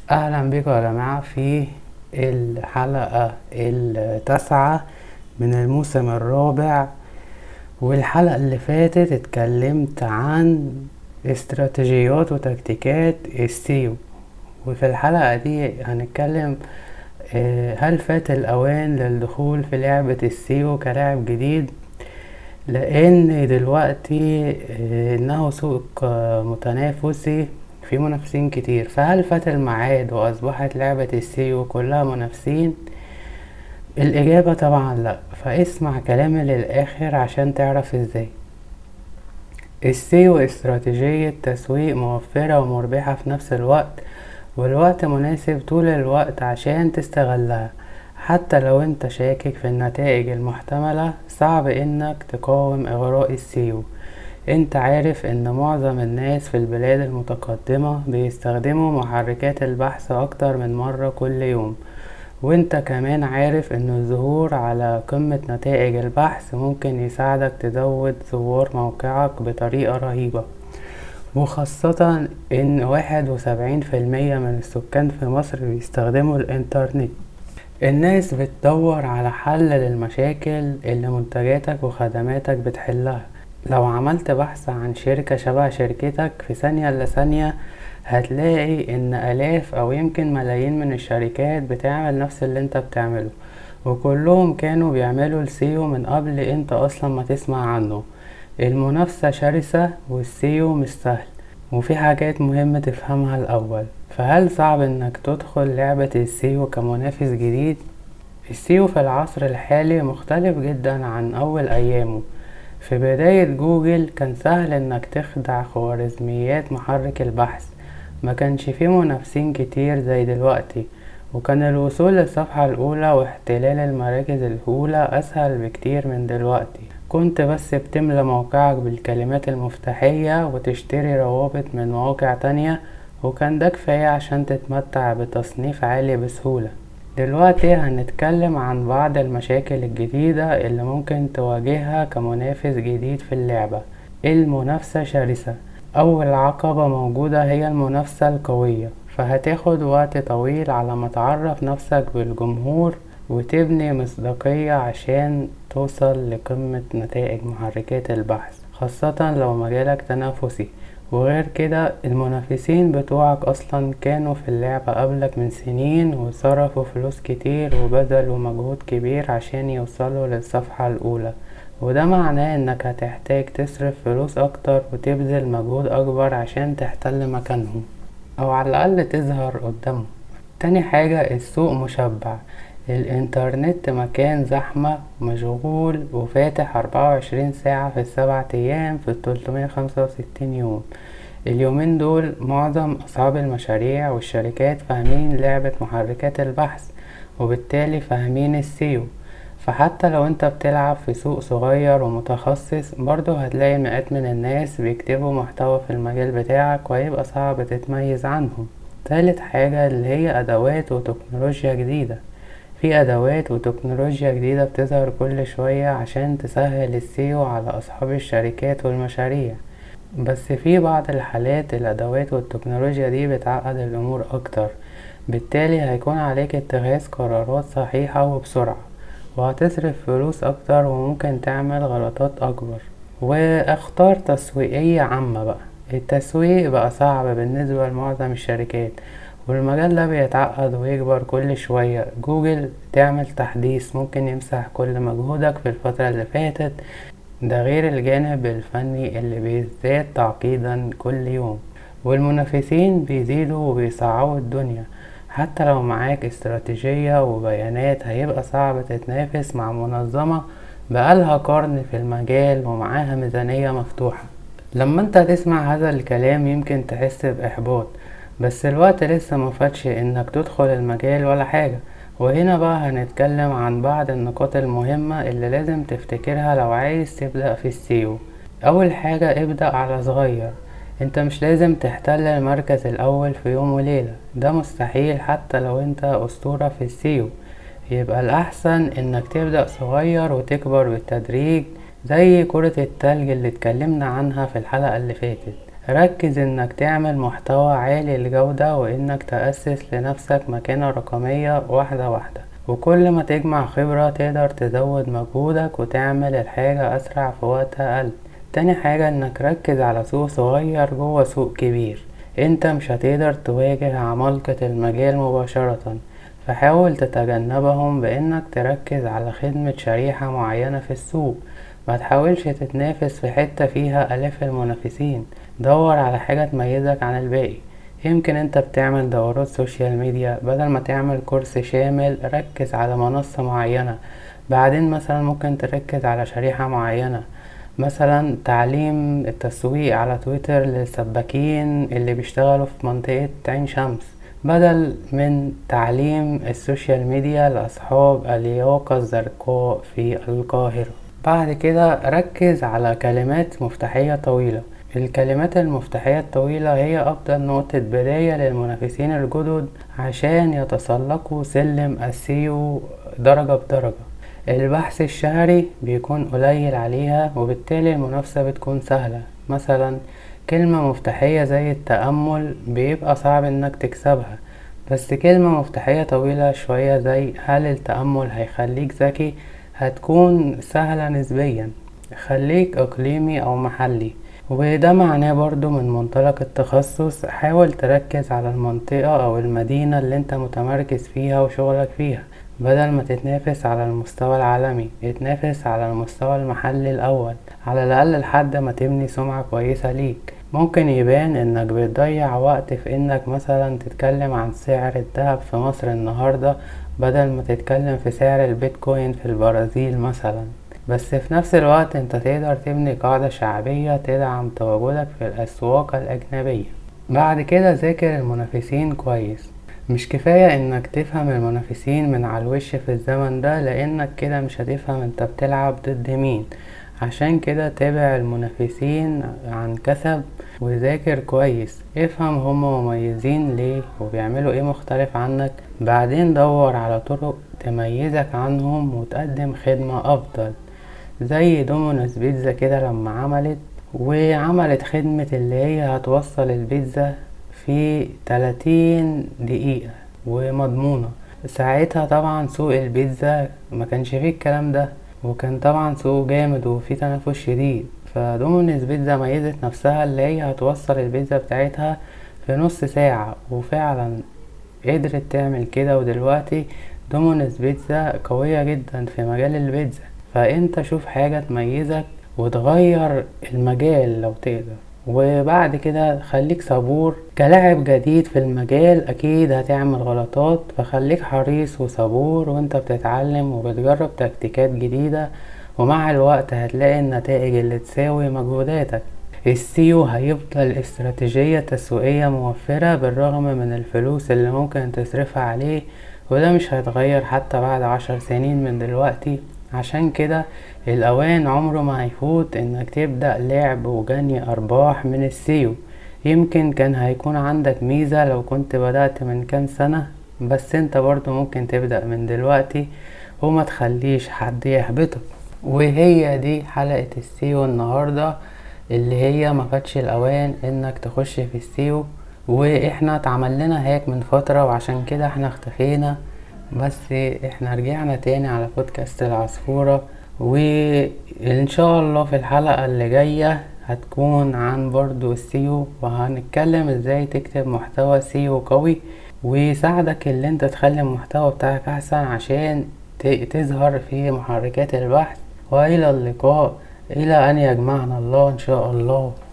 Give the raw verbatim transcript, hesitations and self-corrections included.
اهلا بكم يا جماعة في الحلقة التاسعة من الموسم الرابع. والحلقة اللي فاتت اتكلمت عن استراتيجيات وتكتيكات السيو، وفي الحلقة دي هنتكلم آه، هل فات الاوان للدخول في لعبة السيو كلاعب جديد، لان دلوقتي آه، انه سوق آه، متنافسي في منافسين كتير. فهل فات الميعاد واصبحت لعبة السيو كلها منافسين؟ الاجابة طبعا لا. فاسمع كلامي للاخر عشان تعرف ازاي. السيو استراتيجية تسويق موفرة ومربحة في نفس الوقت، والوقت مناسب طول الوقت عشان تستغلها. حتى لو انت شاكك في النتائج المحتملة، صعب انك تقاوم اغراء السيو. انت عارف ان معظم الناس في البلاد المتقدمة بيستخدموا محركات البحث اكتر من مرة كل يوم، وانت كمان عارف ان الظهور على قمة نتائج البحث ممكن يساعدك تزود زوار موقعك بطريقة رهيبة. وخاصة ان واحد وسبعين في المية من السكان في مصر بيستخدموا الانترنت. الناس بتدور على حل للمشاكل اللي منتجاتك وخدماتك بتحلها. لو عملت بحث عن شركة شبه شركتك في ثانية إلا ثانية، هتلاقي ان الاف او يمكن ملايين من الشركات بتعمل نفس اللي انت بتعمله، وكلهم كانوا بيعملوا السيو من قبل انت اصلا ما تسمع عنه. المنافسة شرسة والسيو مش سهل، وفي حاجات مهمة تفهمها الاول. فهل صعب انك تدخل لعبة السيو كمنافس جديد؟ السيو في العصر الحالي مختلف جدا عن اول ايامه. في بداية جوجل كان سهل انك تخدع خوارزميات محرك البحث، ما كانش فيه منافسين كتير زي دلوقتي، وكان الوصول للصفحة الأولى واحتلال المراكز الأولى أسهل بكتير من دلوقتي. كنت بس بتملى موقعك بالكلمات المفتاحية وتشتري روابط من مواقع تانية، وكان ده كفاية عشان تتمتع بتصنيف عالي بسهولة. دلوقتي هنتكلم عن بعض المشاكل الجديدة اللي ممكن تواجهها كمنافس جديد في اللعبة. المنافسة شرسة. أول عقبة موجودة هي المنافسة القوية، فهتاخد وقت طويل على ما تعرف نفسك بالجمهور وتبني مصداقية عشان توصل لقمة نتائج محركات البحث، خاصة لو مجالك تنافسي. وغير كده المنافسين بتوعك اصلا كانوا في اللعبة قبلك من سنين وصرفوا فلوس كتير وبذلوا مجهود كبير عشان يوصلوا للصفحة الاولى، وده معناه انك هتحتاج تصرف فلوس اكتر وتبذل مجهود اكبر عشان تحتل مكانهم، او على الاقل تظهر قدامهم. تاني حاجة السوق مشبع. الانترنت مكان زحمة مشغول وفاتح اربعة وعشرين ساعة في السبع ايام في التلتمية خمسة وستين يوم. اليومين دول معظم اصحاب المشاريع والشركات فاهمين لعبة محركات البحث، وبالتالي فاهمين السيو. فحتى لو انت بتلعب في سوق صغير ومتخصص، برضو هتلاقي مئات من الناس بيكتبوا محتوى في المجال بتاعك، وهيبقى صعب تتميز عنهم. تالت حاجة اللي هي ادوات وتكنولوجيا جديدة. في ادوات وتكنولوجيا جديدة بتظهر كل شوية عشان تسهل السيو على اصحاب الشركات والمشاريع، بس في بعض الحالات الادوات والتكنولوجيا دي بتعقد الامور اكتر. بالتالي هيكون عليك اتخاذ قرارات صحيحة وبسرعة، وهتصرف فلوس اكتر وممكن تعمل غلطات اكبر. واختار تسويقية عامة بقى. التسويق بقى صعب بالنسبة لمعظم الشركات، والمجال ده بيتعقد ويكبر كل شوية. جوجل تعمل تحديث ممكن يمسح كل مجهودك في الفترة اللي فاتت، ده غير الجانب الفني اللي بيزداد تعقيدا كل يوم. والمنافسين بيزيدوا وبيصعبوا الدنيا. حتى لو معاك استراتيجية وبيانات، هيبقى صعب تتنافس مع منظمة بقالها قرن في المجال ومعاها ميزانية مفتوحة. لما انت تسمع هذا الكلام يمكن تحس بإحباط، بس الوقت لسه مفاتش انك تدخل المجال ولا حاجة. وهنا بقى هنتكلم عن بعض النقاط المهمة اللي لازم تفتكرها لو عايز تبدأ في السيو. اول حاجة، ابدأ على صغير. انت مش لازم تحتل المركز الاول في يوم وليلة، ده مستحيل حتى لو انت اسطورة في السيو. يبقى الاحسن انك تبدأ صغير وتكبر بالتدريج، زي كرة التلج اللي اتكلمنا عنها في الحلقة اللي فاتت. ركز انك تعمل محتوى عالي الجودة وانك تأسس لنفسك مكانة رقمية واحدة واحدة، وكل ما تجمع خبرة تقدر تزود مجهودك وتعمل الحاجة اسرع في وقت اقل. تاني حاجة انك ركز على سوق صغير جوه سوق كبير. انت مش هتقدر تواجه عمالقة المجال مباشرة، فحاول تتجنبهم بانك تركز على خدمة شريحة معينة في السوق. ما تحاولش تتنافس في حتة فيها الاف المنافسين، دور على حاجة تميزك عن الباقي. يمكن انت بتعمل دورات سوشيال ميديا، بدل ما تعمل كورس شامل ركز على منصة معينة. بعدين مثلا ممكن تركز على شريحة معينة، مثلا تعليم التسويق على تويتر للسباكين اللي بيشتغلوا في منطقة عين شمس، بدل من تعليم السوشيال ميديا لأصحاب الياقة الزرقاء في القاهرة. بعد كده ركز على كلمات مفتاحية طويلة. الكلمات المفتاحية الطويلة هي أفضل نقطة بداية للمنافسين الجدد عشان يتسلقوا سلم السيو درجة بدرجة. البحث الشهري بيكون قليل عليها وبالتالي المنافسة بتكون سهلة. مثلا كلمة مفتاحية زي التأمل بيبقى صعب انك تكسبها، بس كلمة مفتاحية طويلة شوية زي هل التأمل هيخليك ذكي هتكون سهلة نسبيا. خليك اقليمي او محلي، وده معناه برضو من منطلق التخصص حاول تركز على المنطقة او المدينة اللي انت متمركز فيها وشغلك فيها، بدل ما تتنافس على المستوى العالمي اتنافس على المستوى المحلي الاول، على الاقل لحد ما تبني سمعة كويسة ليك. ممكن يبان انك بتضيع وقت في انك مثلا تتكلم عن سعر الذهب في مصر النهاردة بدل ما تتكلم في سعر البيتكوين في البرازيل مثلا، بس في نفس الوقت انت تقدر تبني قاعدة شعبية تدعم تواجدك في الاسواق الاجنبية. بعد كده ذاكر المنافسين كويس. مش كفاية انك تفهم المنافسين من على الوش في الزمن ده، لانك كده مش هتفهم انت بتلعب ضد مين. عشان كده تابع المنافسين عن كسب وذاكر كويس، افهم هم مميزين ليه وبيعملوا ايه مختلف عنك. بعدين دور على طرق تميزك عنهم وتقدم خدمة افضل، زي دومينوز بيتزا كده لما عملت وعملت خدمة اللي هي هتوصل البيتزا في تلاتين دقيقة ومضمونة. ساعتها طبعا سوق البيتزا ما كانش فيه الكلام ده، وكان طبعا سوق جامد وفيه تنافس شديد، فدومينوز بيتزا ميزت نفسها اللي هي هتوصل البيتزا بتاعتها في نص ساعة، وفعلا قدرت تعمل كده. ودلوقتي دومينوز بيتزا قوية جدا في مجال البيتزا، فانت شوف حاجة تميزك وتغير المجال لو تقدر. وبعد كده خليك صبور، كلاعب جديد في المجال اكيد هتعمل غلطات، فخليك حريص وصبور وانت بتتعلم وبتجرب تكتيكات جديدة، ومع الوقت هتلاقي النتائج اللي تساوي مجهوداتك. السيو هيفضل استراتيجية تسويقية موفرة بالرغم من الفلوس اللي ممكن تصرفها عليه، وده مش هيتغير حتى بعد عشر سنين من دلوقتي. عشان كده الأوان عمره ما هيفوت انك تبدأ لعب وجني ارباح من السيو. يمكن كان هيكون عندك ميزة لو كنت بدأت من كام سنة، بس انت برضو ممكن تبدأ من دلوقتي وما تخليش حد يحبطك. وهي دي حلقة السيو النهاردة، اللي هي ما فاتش الأوان انك تخش في السيو. واحنا اتعمل لنا هيك من فترة وعشان كده احنا اختفينا، بس احنا رجعنا تاني على بودكاست العصفورة، وان شاء الله في الحلقة اللي جاية هتكون عن برضو السيو، وهنتكلم ازاي تكتب محتوى سيو قوي ويساعدك اللي انت تخلي المحتوى بتاعك احسن عشان تظهر في محركات البحث. والى اللقاء، الى ان يجمعنا الله ان شاء الله.